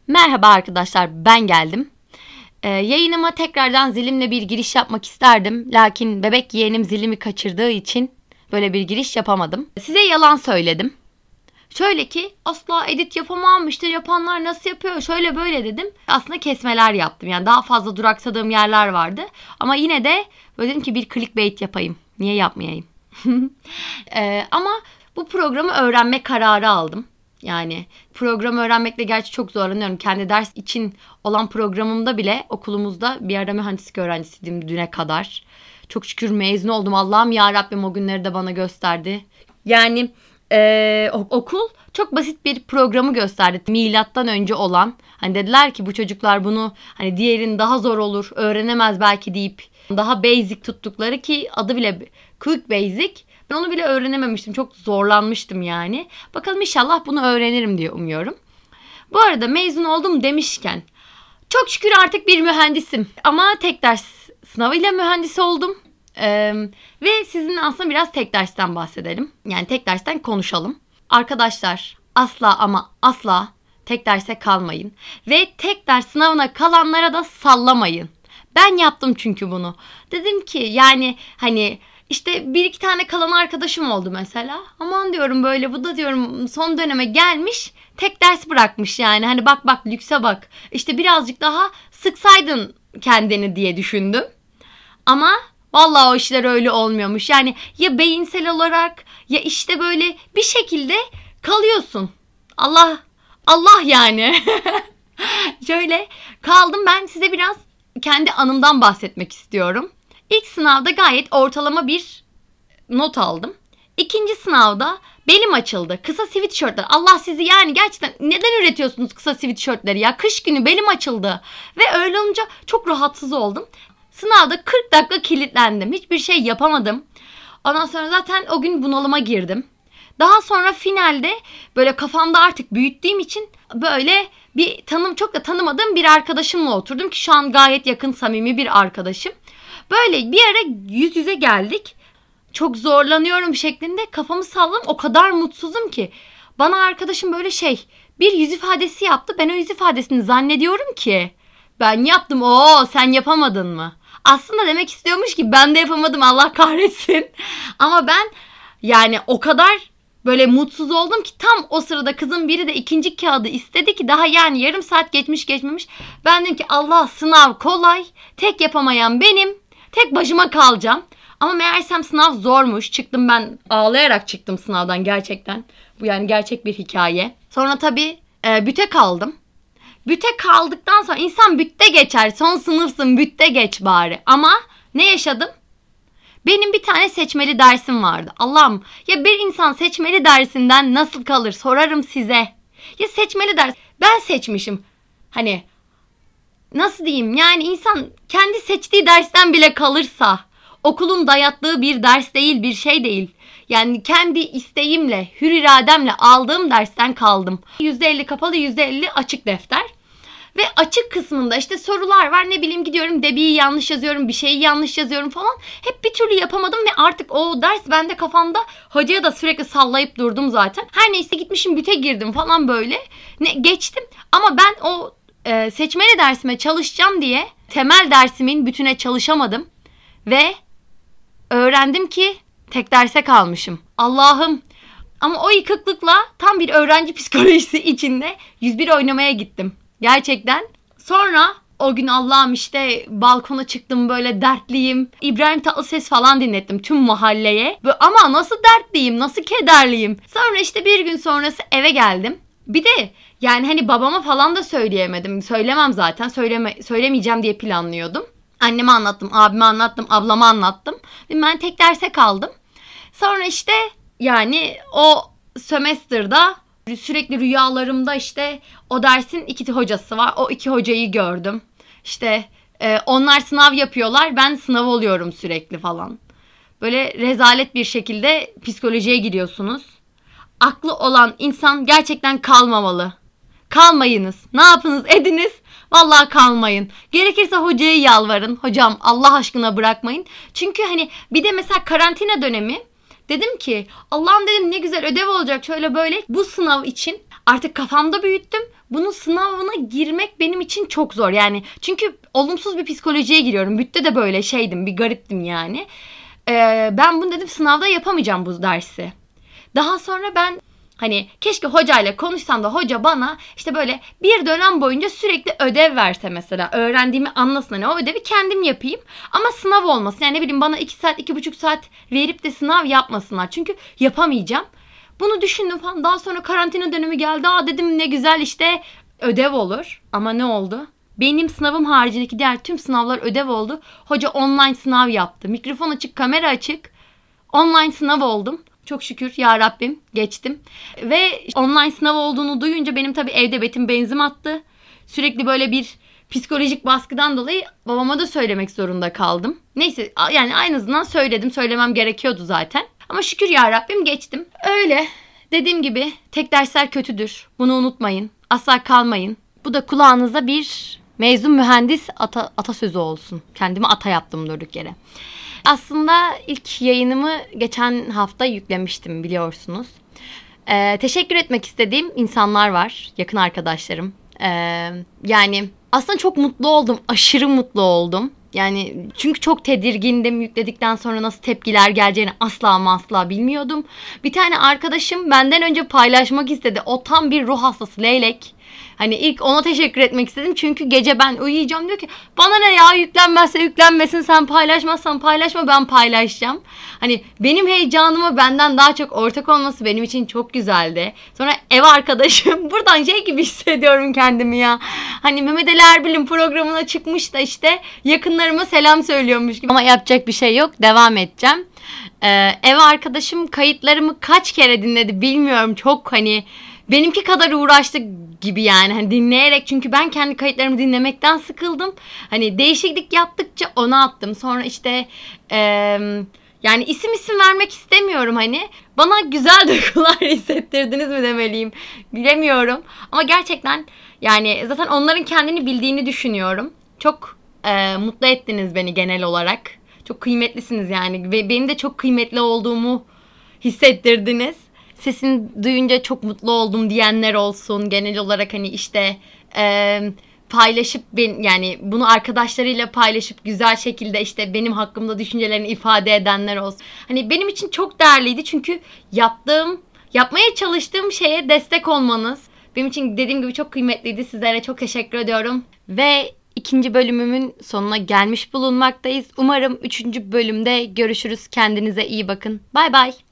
Merhaba arkadaşlar, ben geldim. Yayınıma tekrardan zilimle bir giriş yapmak isterdim. Lakin bebek yeğenim zilimi kaçırdığı için böyle bir giriş yapamadım. Size yalan söyledim. Şöyle ki asla edit yapamam, işte yapanlar nasıl yapıyor, şöyle böyle dedim. Aslında kesmeler yaptım. Yani daha fazla duraksadığım yerler vardı. Ama yine de böyle dedim ki bir clickbait yapayım. Niye yapmayayım? Ama bu programı öğrenme kararı aldım. Yani programı öğrenmekle gerçi çok zorlanıyorum. Kendi ders için olan programımda bile okulumuzda bir ara mühendislik öğrencisiydim düne kadar. Çok şükür mezun oldum. Allah'ım ya Rabbim o günleri de bana gösterdi. Yani okul çok basit bir programı gösterdi. Milattan önce olan. Hani dediler ki bu çocuklar bunu hani diğerin daha zor olur, öğrenemez belki deyip daha basic tuttukları ki adı bile quick basic. Ben onu bile öğrenememiştim. Çok zorlanmıştım yani. Bakalım inşallah bunu öğrenirim diye umuyorum. Bu arada mezun oldum demişken çok şükür artık bir mühendisim. Ama tek ders sınavıyla mühendis oldum. Ve sizinle aslında biraz tek dersten bahsedelim. Yani tek dersten konuşalım. Arkadaşlar asla ama asla tek derse kalmayın. Ve tek ders sınavına kalanlara da sallamayın. Ben yaptım çünkü bunu. Dedim ki yani hani işte bir iki tane kalan arkadaşım oldu mesela. Aman diyorum böyle bu da diyorum son döneme gelmiş tek ders bırakmış yani. Hani bak lükse bak. İşte birazcık daha sıksaydın kendini diye düşündüm. Ama vallahi o işler öyle olmuyormuş. Yani ya beyinsel olarak ya işte böyle bir şekilde kalıyorsun. Allah yani. Şöyle kaldım, ben size biraz kendi anımdan bahsetmek istiyorum. İlk sınavda gayet ortalama bir not aldım. İkinci sınavda belim açıldı. Kısa sweatshirtler. Allah sizi yani gerçekten neden üretiyorsunuz kısa sweatshirtleri ya? Kış günü belim açıldı. Ve öyle olunca çok rahatsız oldum. Sınavda 40 dakika kilitlendim. Hiçbir şey yapamadım. Ondan sonra zaten o gün bunalıma girdim. Daha sonra finalde böyle kafamda artık büyüttüğüm için böyle bir çok da tanımadığım bir arkadaşımla oturdum ki şu an gayet yakın samimi bir arkadaşım. Böyle bir ara yüz yüze geldik. Çok zorlanıyorum şeklinde kafamı salladım. O kadar mutsuzum ki. Bana arkadaşım böyle bir yüz ifadesi yaptı. Ben o yüz ifadesini zannediyorum ki ben yaptım. Sen yapamadın mı? Aslında demek istiyormuş ki ben de yapamadım, Allah kahretsin. Ama ben yani o kadar böyle mutsuz oldum ki tam o sırada kızın biri de ikinci kağıdı istedi ki daha yani yarım saat geçmemiş. Ben dedim ki Allah sınav kolay. Tek yapamayan benim. Tek başıma kalacağım. Ama meğersem sınav zormuş. Çıktım, ben ağlayarak çıktım sınavdan gerçekten. Bu yani gerçek bir hikaye. Sonra tabii büte kaldım. Büte kaldıktan sonra insan bütte geçer. Son sınıfsın, bütte geç bari. Ama ne yaşadım? Benim bir tane seçmeli dersim vardı. Allah'ım ya bir insan seçmeli dersinden nasıl kalır sorarım size. Ya seçmeli ders ben seçmişim. Hani nasıl diyeyim yani insan kendi seçtiği dersten bile kalırsa okulun dayattığı bir ders değil, bir şey değil. Yani kendi isteğimle, hür irademle aldığım dersten kaldım. %50 kapalı, %50 açık defter. Ve açık kısmında işte sorular var, ne bileyim gidiyorum debiyi yanlış yazıyorum, bir şeyi yanlış yazıyorum falan. Hep bir türlü yapamadım ve artık o ders bende kafamda, hocaya da sürekli sallayıp durdum zaten. Her neyse gitmişim büte girdim falan böyle. Geçtim ama ben o seçmeli dersime çalışacağım diye temel dersimin bütüne çalışamadım. Ve öğrendim ki tek derse kalmışım. Allah'ım. Ama o yıkıklıkla tam bir öğrenci psikolojisi içinde 101 oynamaya gittim. Gerçekten. Sonra o gün Allah'ım işte balkona çıktım böyle dertliyim. İbrahim Tatlıses falan dinlettim tüm mahalleye. Ama nasıl dertliyim, nasıl kederliyim. Sonra işte bir gün sonrası eve geldim. Bir de yani hani babama falan da söyleyemedim. Söylemem zaten. Söylemeyeceğim diye planlıyordum. Anneme anlattım, abime anlattım, ablama anlattım. Ben tek derse kaldım. Sonra işte yani o sömestrda sürekli rüyalarımda işte o dersin iki hocası var. O iki hocayı gördüm. İşte onlar sınav yapıyorlar. Ben sınav oluyorum sürekli falan. Böyle rezalet bir şekilde psikolojiye giriyorsunuz. Aklı olan insan gerçekten kalmamalı. Kalmayınız. Ne yapınız ediniz? Vallahi kalmayın. Gerekirse hocaya yalvarın. Hocam Allah aşkına bırakmayın. Çünkü hani bir de mesela karantina dönemi. Dedim ki Allah'ım dedim ne güzel ödev olacak şöyle böyle. Bu sınav için artık kafamda büyüttüm. Bunun sınavına girmek benim için çok zor. Yani çünkü olumsuz bir psikolojiye giriyorum. Bütte de böyle şeydim, bir gariptim yani. Ben bunu dedim, sınavda yapamayacağım bu dersi. Daha sonra ben hani keşke hocayla konuşsam da hoca bana işte böyle bir dönem boyunca sürekli ödev verse mesela. Öğrendiğimi anlasın, hani o ödevi kendim yapayım. Ama sınav olmasın. Yani ne bileyim, bana 2 saat, 2,5 saat verip de sınav yapmasınlar. Çünkü yapamayacağım. Bunu düşündüm falan. Daha sonra karantina dönemi geldi. Dedim ne güzel işte ödev olur. Ama ne oldu? Benim sınavım haricindeki diğer tüm sınavlar ödev oldu. Hoca online sınav yaptı. Mikrofon açık, kamera açık. Online sınav oldum. Çok şükür ya Rabbim geçtim. Ve online sınav olduğunu duyunca benim tabii evde betim benzin attı. Sürekli böyle bir psikolojik baskıdan dolayı babama da söylemek zorunda kaldım. Neyse yani en azından söyledim. Söylemem gerekiyordu zaten. Ama şükür ya Rabbim geçtim. Öyle. Dediğim gibi tek dersler kötüdür. Bunu unutmayın. Asla kalmayın. Bu da kulağınızda bir mezun mühendis atasözü olsun. Kendimi ata yaptım durduk yere. Aslında ilk yayınımı geçen hafta yüklemiştim, biliyorsunuz. Teşekkür etmek istediğim insanlar var. Yakın arkadaşlarım. Yani aslında çok mutlu oldum. Aşırı mutlu oldum. Yani çünkü çok tedirgindim. Yükledikten sonra nasıl tepkiler geleceğini asla bilmiyordum. Bir tane arkadaşım benden önce paylaşmak istedi. O tam bir ruh hastası, leylek. Hani ilk ona teşekkür etmek istedim. Çünkü gece ben uyuyacağım, diyor ki bana ne ya, yüklenmezse yüklenmesin, sen paylaşmazsan paylaşma, ben paylaşacağım. Hani benim heyecanıma benden daha çok ortak olması benim için çok güzeldi. Sonra ev arkadaşım buradan şey gibi hissediyorum kendimi ya. Hani Mehmet Ali Erbil'in programına çıkmış da işte yakınlarıma selam söylüyormuş gibi. Ama yapacak bir şey yok, devam edeceğim. Ev arkadaşım kayıtlarımı kaç kere dinledi bilmiyorum, çok hani benimki kadar uğraştı gibi yani, hani dinleyerek, çünkü ben kendi kayıtlarımı dinlemekten sıkıldım. Hani değişiklik yaptıkça ona attım. Sonra işte yani isim vermek istemiyorum, hani bana güzel duygular hissettirdiniz mi demeliyim, bilemiyorum. Ama gerçekten yani zaten onların kendini bildiğini düşünüyorum. Çok mutlu ettiniz beni genel olarak. Çok kıymetlisiniz yani ve benim de çok kıymetli olduğumu hissettirdiniz. Sesini duyunca çok mutlu oldum diyenler olsun. Genel olarak hani işte paylaşıp yani bunu arkadaşlarıyla paylaşıp güzel şekilde işte benim hakkımda düşüncelerini ifade edenler olsun. Hani benim için çok değerliydi çünkü yapmaya çalıştığım şeye destek olmanız benim için dediğim gibi çok kıymetliydi. Sizlere çok teşekkür ediyorum. Ve 2. bölümümün sonuna gelmiş bulunmaktayız. Umarım 3. bölümde görüşürüz. Kendinize iyi bakın. Bay bay.